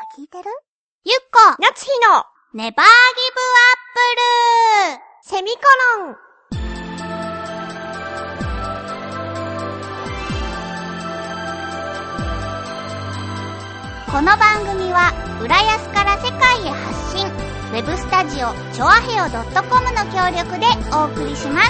聞いてる？ゆっこなつひのネバーギブアップルセミコロン。 この番組は浦安から世界へ発信、ウェブスタジオチョアヘオ .com の協力でお送りします。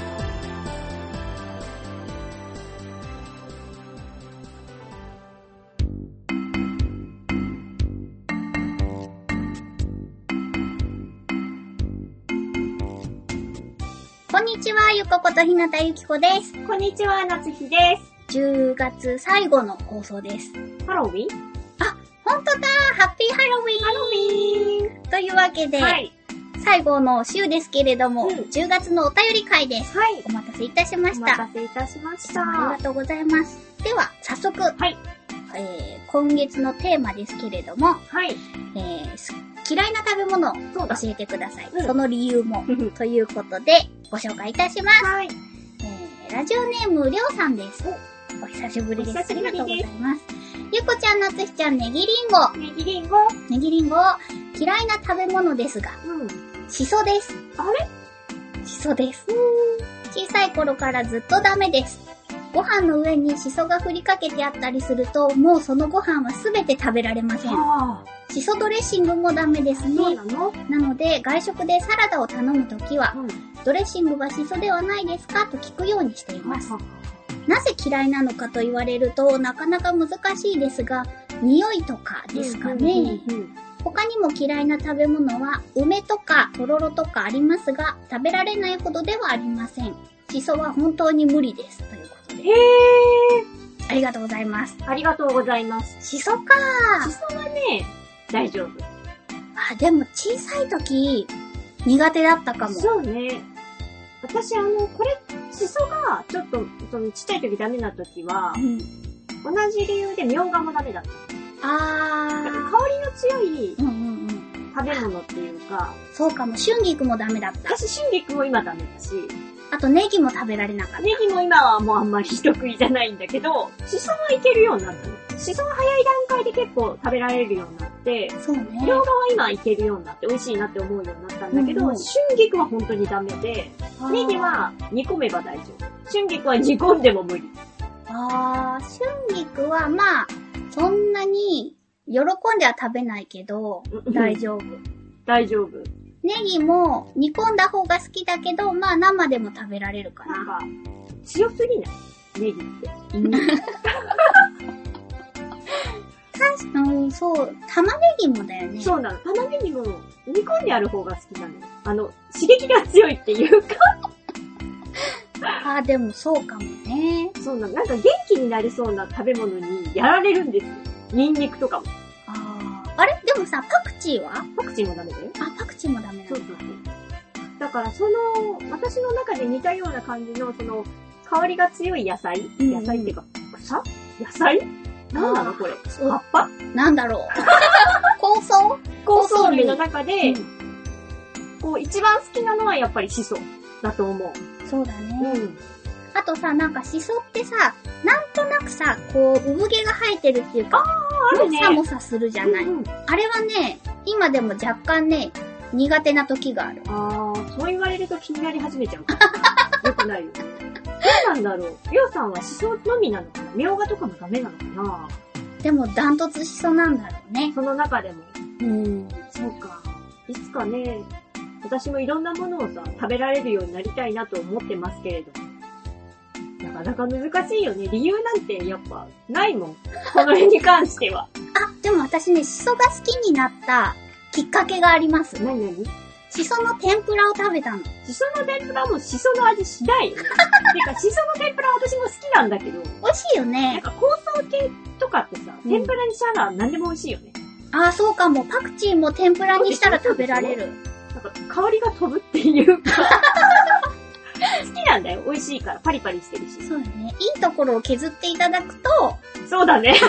こんにちは、ゆこことひなたゆきこです。 こんにちは、なつひです。 10月最後の放送です。 ハロウィン？ あ、ほんとだ！ハッピーハロウィン！ ハロウィン！ というわけで、はい、最後の週ですけれども、10月のお便り会です。 はい。 お待たせいたしました。 お待たせいたしました。 ありがとうございます。では、早速、はい。今月のテーマですけれども、 はい。 嫌いな食べ物を教えてください。その理由も、ということで、ご紹介いたします。はい。ラジオネーム、りょうさんです。お久しぶりです。ありがとうございます。ゆこちゃん、なつひちゃん、ねぎりんご。 ねぎりんご。 ねぎりんご。嫌いな食べ物ですが、しそです。 あれ？ しそです。小さい頃からずっとダメです。ご飯の上にしそが振りかけてあったりすると、もうそのご飯はすべて食べられません。しそドレッシングもダメですね。 そうなの？ なので、外食でサラダを頼むときは、ドレッシングはしそではないですかと聞くようにしています。なぜ嫌いなのかと言われると、なかなか難しいですが、匂いとかですかね。他にも嫌いな食べ物は、梅とかとろろとかありますが、食べられないほどではありません。しそは本当に無理です。ということで。ありがとうございます。 ありがとうございます。 しそかしそはね、大丈夫。 あ、でも小さい時、苦手だったかも。 そうね。私これ、しそが、ちょっと、ちっちゃい時ダメな時は、同じ理由でみょうがもダメだった。香りの強い、食べ物っていうか。 そうかも、春菊もダメだった。 私春菊も今ダメだし。 あとネギも食べられなかった。 ネギも今はもうあんまり得意じゃないんだけど、しそはいけるようになったの。しそが早い段階で結構食べられるようになって、 そうね。 みょうがは今いけるようになって美味しいなって思うようになったんだけど、春菊は本当にダメで、ネギは煮込めば大丈夫。春菊は煮込んでも無理。 春菊はまあ、そんなに喜んでは食べないけど、大丈夫。 大丈夫。 ネギも煮込んだ方が好きだけど、まあ生でも食べられるかな。 なんか、強すぎないネギって。 そう、玉ねぎもだよね。 そうなの。玉ねぎも煮込んである方が好きなの。刺激が強いっていうか。 でもそうかもね。 そうなの。なんか元気になりそうな食べ物にやられるんですよ。ニンニクとかも。 あれでもさ、パクチーは？ パクチーもダメだよ。 パクチーもダメなの？ そう。だから私の中で似たような感じの、香りが強い野菜？野菜っていうか、草？野菜？なんなのこれ？葉っぱ？ なんだろう。 香草類の中で、一番好きなのはやっぱりシソだと思う。 そうだね。あとさ、なんかシソってさ、なんとなくさ、産毛が生えてるっていうか、 あるね。 もさもさするじゃない。あれはね、今でも若干ね、苦手な時がある。 そう言われると気になり始めちゃうから。よくないよ。どうなんだろう。りょうさんはシソのみなのかな？みょうがとかもダメなのかな？ でもダントツシソなんだろうね。 その中でも。そうか。いつかね、私もいろんなものをさ、食べられるようになりたいなと思ってますけれど。なかなか難しいよね。理由なんてやっぱないもん。この辺に関しては。 でも私ね、シソが好きになったきっかけがあります。 何？ シソの天ぷらを食べたの。 シソの天ぷらもシソの味しないよね。てか、シソの天ぷら私も好きなんだけど。 美味しいよね。 なんか香草系とかってさ、天ぷらにしたら何でも美味しいよね。 そうかも。パクチーも天ぷらにしたら食べられる。 なんか香りが飛ぶっていうか。好きなんだよ。美味しいから。パリパリしてるし。 そうだね。いいところを削っていただくと。 そうだね。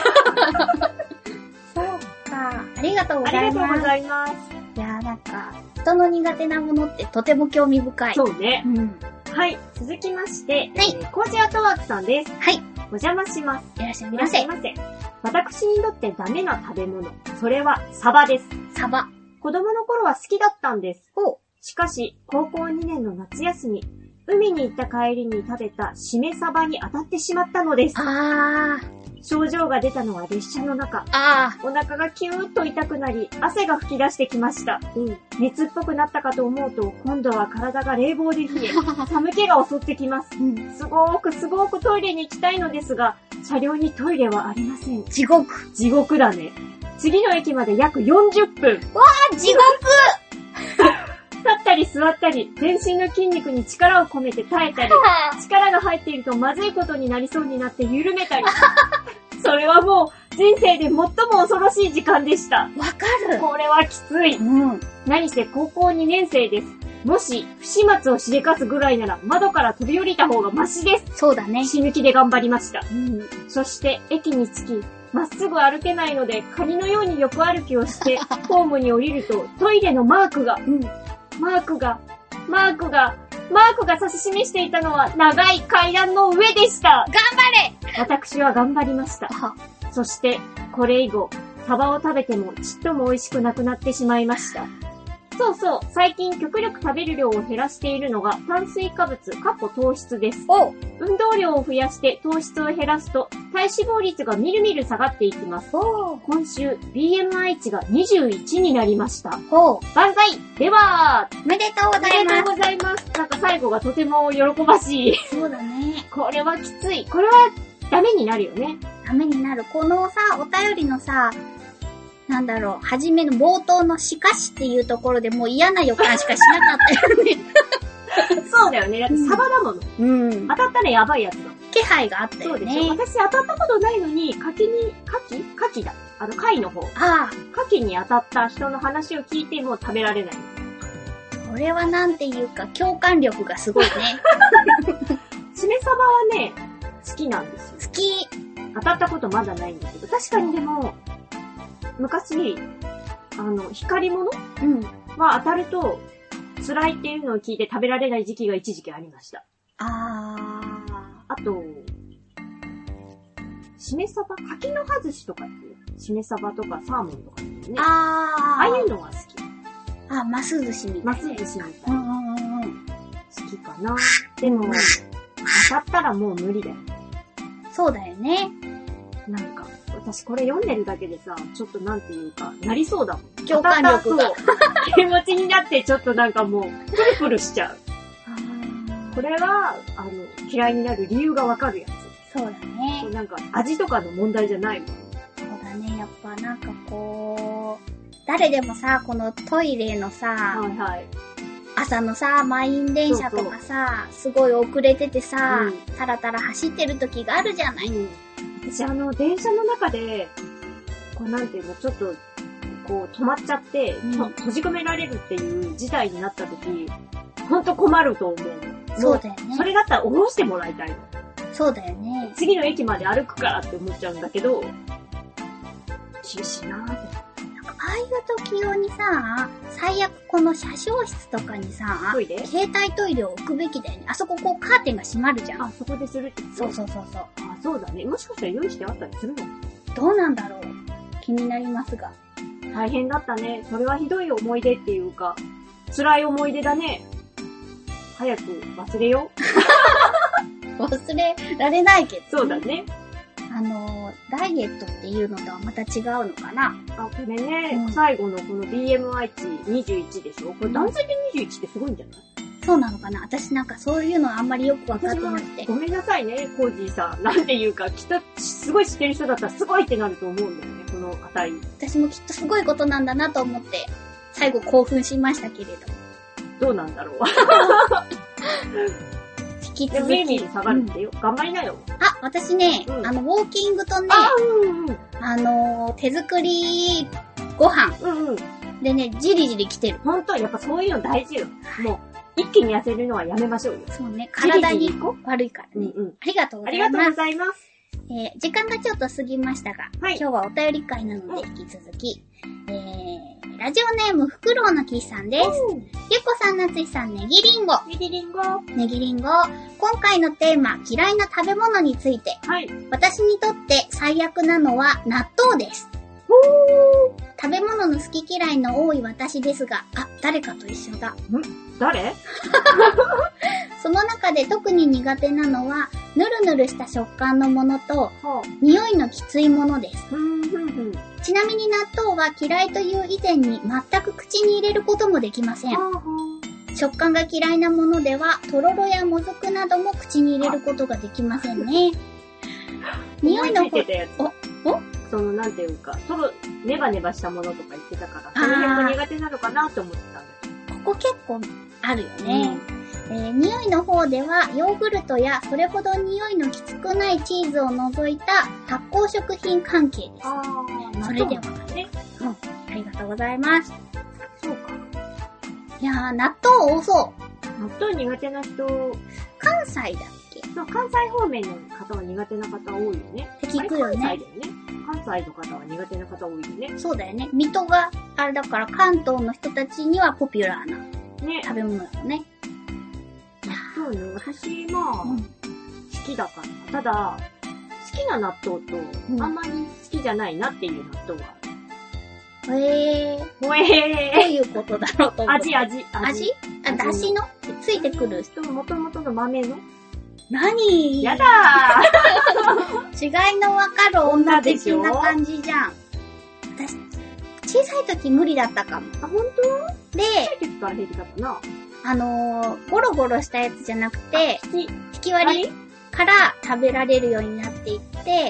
そうか。ありがとうございます。 ありがとうございます。 いやなんか、人の苦手なものってとても興味深い。 そうね。はい。続きまして、 はい。 コージアートワークさんです。 はい。 お邪魔します。 いらっしゃいいらませ。 っしゃいませ。私にとってダメな食べ物。それはサバです。 サバ。 子供の頃は好きだったんです。 お。 しかし、高校2年の夏休み、海に行った帰りに食べたしめサバに当たってしまったのです。症状が出たのは列車の中。お腹がキューッと痛くなり、汗が噴き出してきました。熱っぽくなったかと思うと、今度は体が冷房で冷え、寒気が襲ってきます。すごーくトイレに行きたいのですが、車両にトイレはありません。 地獄。 地獄だね。次の駅まで約40分。 わー、地獄立ったり座ったり、全身の筋肉に力を込めて耐えたり、力が入っているとまずいことになりそうになって緩めたり。それはもう人生で最も恐ろしい時間でした。 わかる。 これはきつい。何せ高校2年生です。もし不始末をしでかすぐらいなら窓から飛び降りた方がマシです。 そうだね。 死ぬ気で頑張りました。そして駅に着き、まっすぐ歩けないのでカニのように横歩きをしてホームに降りるとトイレのマークが指し示していたのは長い階段の上でした。 頑張れ。 私は頑張りました。そしてこれ以後サバを食べてもちっとも美味しくなくなってしまいました。そうそう、最近極力食べる量を減らしているのが炭水化物、糖質です。運動量を増やして糖質を減らすと体脂肪率がみるみる下がっていきます。今週 BMI 値が21になりました。万歳。では、 おめでとうございます。 ありがとうございます。なんか最後がとても喜ばしい。 そうだね。 これはきつい。これはダメになるよね。 ダメになる。このさ、お便りのさ、はじめの冒頭のしかしっていうところでもう嫌な予感しかしなかったよね。 そうだよね。だってサバだもの。当たったらやばいやつだもん。 気配があったよね。 そうでしょ。私当たったことないのに、牡蠣だ。貝の方。牡蠣に当たった人の話を聞いても食べられない。 これはなんていうか共感力がすごいね。 しめサバはね、好きなんですよ。 好き。 当たったことまだないんだけど、確かにでも、昔、光り物は当たると、辛いっていうのを聞いて食べられない時期が一時期ありました。あと、しめサバ、柿の葉寿司とかっていう、しめサバとかサーモンとかっていうね。ああいうのが好き。 マス寿司みたいな。 マス寿司みたいな。好きかな。でも、当たったらもう無理だよ。 そうだよね。 なんか、私これ読んでるだけでさ、ちょっとなんていうか、なりそうだもん。 共感力が。 気持ちになってちょっとなんかもう、プルプルしちゃう。これは、嫌いになる理由がわかるやつ。 そうだね。 なんか、味とかの問題じゃないもん。 そうだね。やっぱなんかこう、誰でもさ、このトイレのさ、朝のさ、満員電車とかさ、すごい遅れててさ、タラタラ走ってる時があるじゃない。 私電車の中で、こうなんていうの、ちょっと、こう止まっちゃって、閉じ込められるっていう事態になった時、ほんと困ると思う。 そうだよね。 それだったら降ろしてもらいたいの。 そうだよね。 次の駅まで歩くからって思っちゃうんだけど、厳しいなぁって。 ああいう時用にさ、最悪この車掌室とかにさ、携帯トイレを置くべきだよね。あそここうカーテンが閉まるじゃん。 そこでするって。 そう。 そうだね。もしかしたら用意してあったりするの？ どうなんだろう。気になりますが。 大変だったね。それはひどい思い出っていうか、辛い思い出だね。早く忘れよう。忘れられないけど、ね。 そうだね。 ダイエットっていうのとはまた違うのかな。 これね、最後のこの BMI 値21でしょ。これ男性で21ってすごいんじゃない？ そうなのかな。私なんかそういうのあんまりよくわかってなくて。 ごめんなさいね、コージーさん。なんていうか、きっとすごい知ってる人だったらすごいってなると思うんだよね、この値。 私もきっとすごいことなんだなと思って、最後興奮しましたけれど。 どうなんだろう。 引き続き。 みるみる下がるってよ。頑張りなよ。 私ね、ウォーキングとね、手作りご飯。でね、じりじり来てる。 ほんと、やっぱそういうの大事よ。もう、一気に痩せるのはやめましょうよ。 そうね、体に悪いからね。ありがとうございます。 ありがとうございます。 時間がちょっと過ぎましたが、今日はお便り会なので引き続き、 ラジオネームフクロウのキスさんです。ゆっこさん、なついさん、ネギリンゴ。 ネギリンゴ。 ネギリンゴ。今回のテーマ、嫌いな食べ物について。 はい。 私にとって最悪なのは納豆です。食べ物の好き嫌いの多い私ですが、誰かと一緒だ。 誰？ その中で特に苦手なのは、ぬるぬるした食感のものと、匂いのきついものです。ちなみに納豆は嫌いという以前に全く口に入れることもできません。食感が嫌いなものでは、とろろやもずくなども口に入れることができませんね。匂いの方、そのなんていうか、ネバネバしたものとか言ってたから、その辺が苦手なのかなと思ってたんだけど。 ここ結構あるよね。匂いの方ではヨーグルトやそれほど匂いのきつくないチーズを除いた発酵食品関係です。それではね、ありがとうございます。 そうか。 いやー、納豆多そう。 納豆苦手な人、 関西だっけ？ そう、関西方面の方は苦手な方多いよね。 って聞くよね。 関西だよね。関西の方は苦手な方多いよね。 そうだよね。水戸があれだから関東の人たちにはポピュラーな食べ物だよね。 そうね、私好きだから。ただ、好きな納豆と、あんまり好きじゃないなっていう納豆がある。どういうことだろうと思って。 味だしのついてくるもともとの豆の何やだー違いのわかる女的な感じじゃん。私、小さい時無理だったかも。 あ、ほんと？ で、 小さい時から平気だったな。 ゴロゴロしたやつじゃなくて、引き割りから食べられるようになっていって、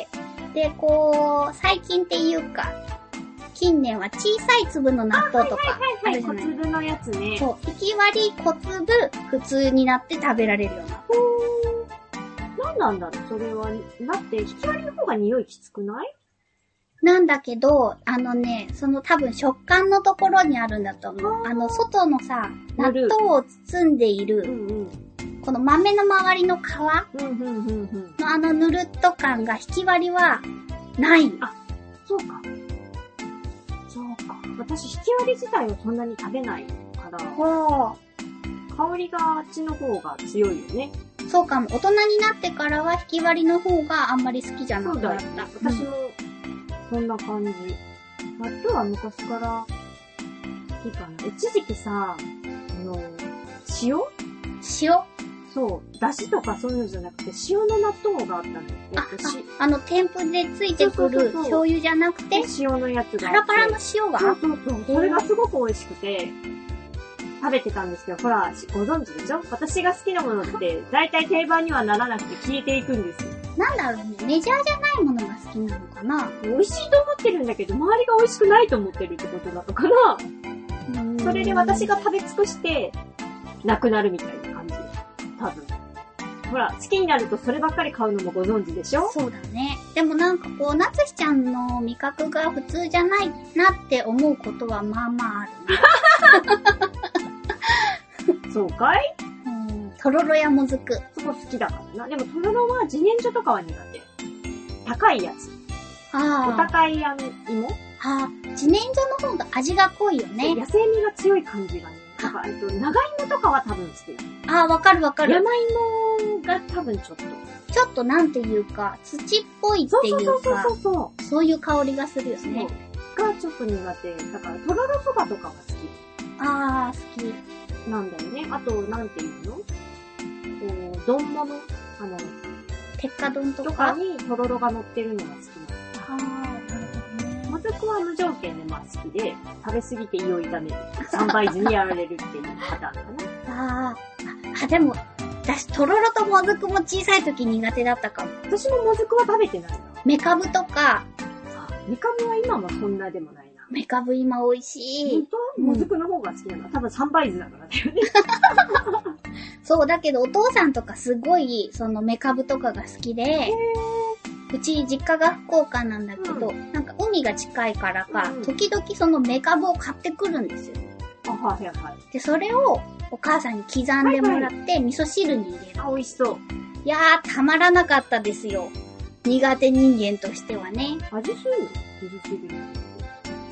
で、最近っていうか、近年は小さい粒の納豆とかあるじゃない。 小粒のやつね。 そう、引き割り小粒普通になって食べられるような。 何なんだろうそれは。だって、引き割りの方が匂いきつくない？ なんだけど、その多分食感のところにあるんだと思う。外のさ、納豆を包んでいる、この豆の周りの皮のぬるっと感が引き割りはない。 あ、そうか。そうか。私引き割り自体はそんなに食べないから、香りがあっちの方が強いよね。そうかも。 大人になってからは引き割りの方があんまり好きじゃなくなった。 そうだよね。私も、そんな感じ。納豆は昔から好きかな。一時期さ、塩そう。だしとかそういうのじゃなくて、塩の納豆があったのよ。 添付でついてくる醤油じゃなくて、 塩のやつが。 パラパラの塩が？ そう。それがすごく美味しくて、食べてたんですけど、ほら、ご存知でしょ？私が好きなものって、だいたい定番にはならなくて消えていくんですよ。 なんだろうね、メジャーじゃないものが好きなのかな？ 美味しいと思ってるんだけど、周りが美味しくないと思ってるってことなのかな？それで私が食べ尽くして、なくなるみたいな感じ。多分。ほら、好きになるとそればっかり買うのもご存知でしょ？ そうだね。でもなんかなつしちゃんの味覚が普通じゃないなって思うことはまあまああるね。そうかい？ とろろやもずく。 そこ好きだからな。でもとろろは自然薯とかは苦手。高いやつ。お高い芋？ 自然薯の方が味が濃いよね。 野生味が強い感じがね。なんか、長芋とかは多分好きだ。 わかるわかる。 山芋が多分ちょっとなんていうか、土っぽいっていうか、そういう香りがするよね。 がちょっと苦手。だから、とろろそばとかは好き。 好き。 なんだよね。あと、なんていうの？丼物？ 鉄火丼とかにとろろが乗ってるのが好きなの。 なるほどね。 もずくは無条件で好きで、食べ過ぎて胃を痛める。3倍図にやられるっていうパターンかな。でも、私、とろろともずくも小さい時苦手だったかも。 私ももずくは食べてないな。 めかぶとか。 めかぶは今もそんなでもないな。 めかぶ今美味しい。 本当？もずくの方が好きなの。多分3倍図だからだよね。 そう、だけどお父さんとかすごい、めかぶとかが好きで、うち実家が福岡なんだけど、なんか海が近いからか、時々めかぶを買ってくるんですよ。で、それをお母さんに刻んでもらって、味噌汁に入れる。 美味しそう。 いやー、たまらなかったですよ。苦手人間としてはね。 味するの？味汁に。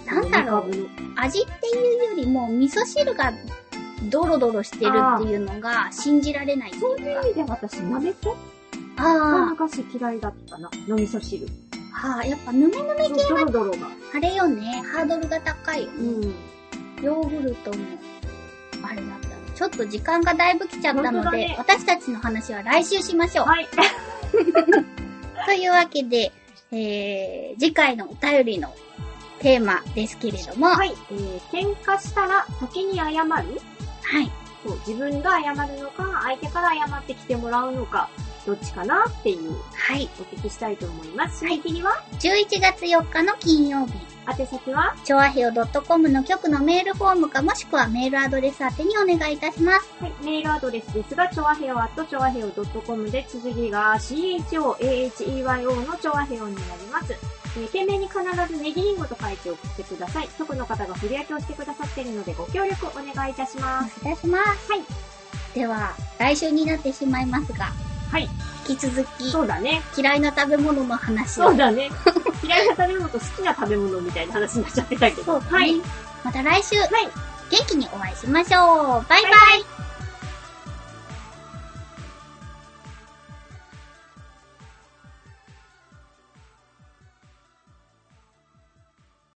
なんだろう。味っていうよりも、味噌汁がドロドロしてるっていうのが信じられないっていうか。 そういう意味で私、なめこが昔嫌いだったな。の味噌汁。 やっぱヌメヌメ系は、 ドロドロが。 あれよね、ハードルが高いよね。ヨーグルトも、あれだった。ちょっと時間がだいぶ来ちゃったので、ね、私たちの話は来週しましょう。 はい。 というわけで、次回のお便りのテーマですけれども。 はい。喧嘩したら先に謝る？はい。そう、自分が謝るのか、相手から謝ってきてもらうのか、どっちかなっていう。はい。お聞きしたいと思います。締め切りは？ 11 月4日の金曜日。宛先はちょわへよ .com の局のメールフォームかもしくはメールアドレス宛てにお願いいたします。はい、メールアドレスですが、ちょわへよちょわへよ .com で綴りが CHOAHEYO のちょわへよになります。件名に必ずネギリンゴと書いて送ってください。局の方が振り分けをしてくださっているのでご協力お願いいたします。お願いいたします。はい。では、来週になってしまいますが。はい。引き続き。そうだね。嫌いな食べ物の話を。そうだね。嫌いな食べ物と好きな食べ物みたいな話になっちゃってたけど。そう、はい。また来週。はい。元気にお会いしましょう。バイバイ。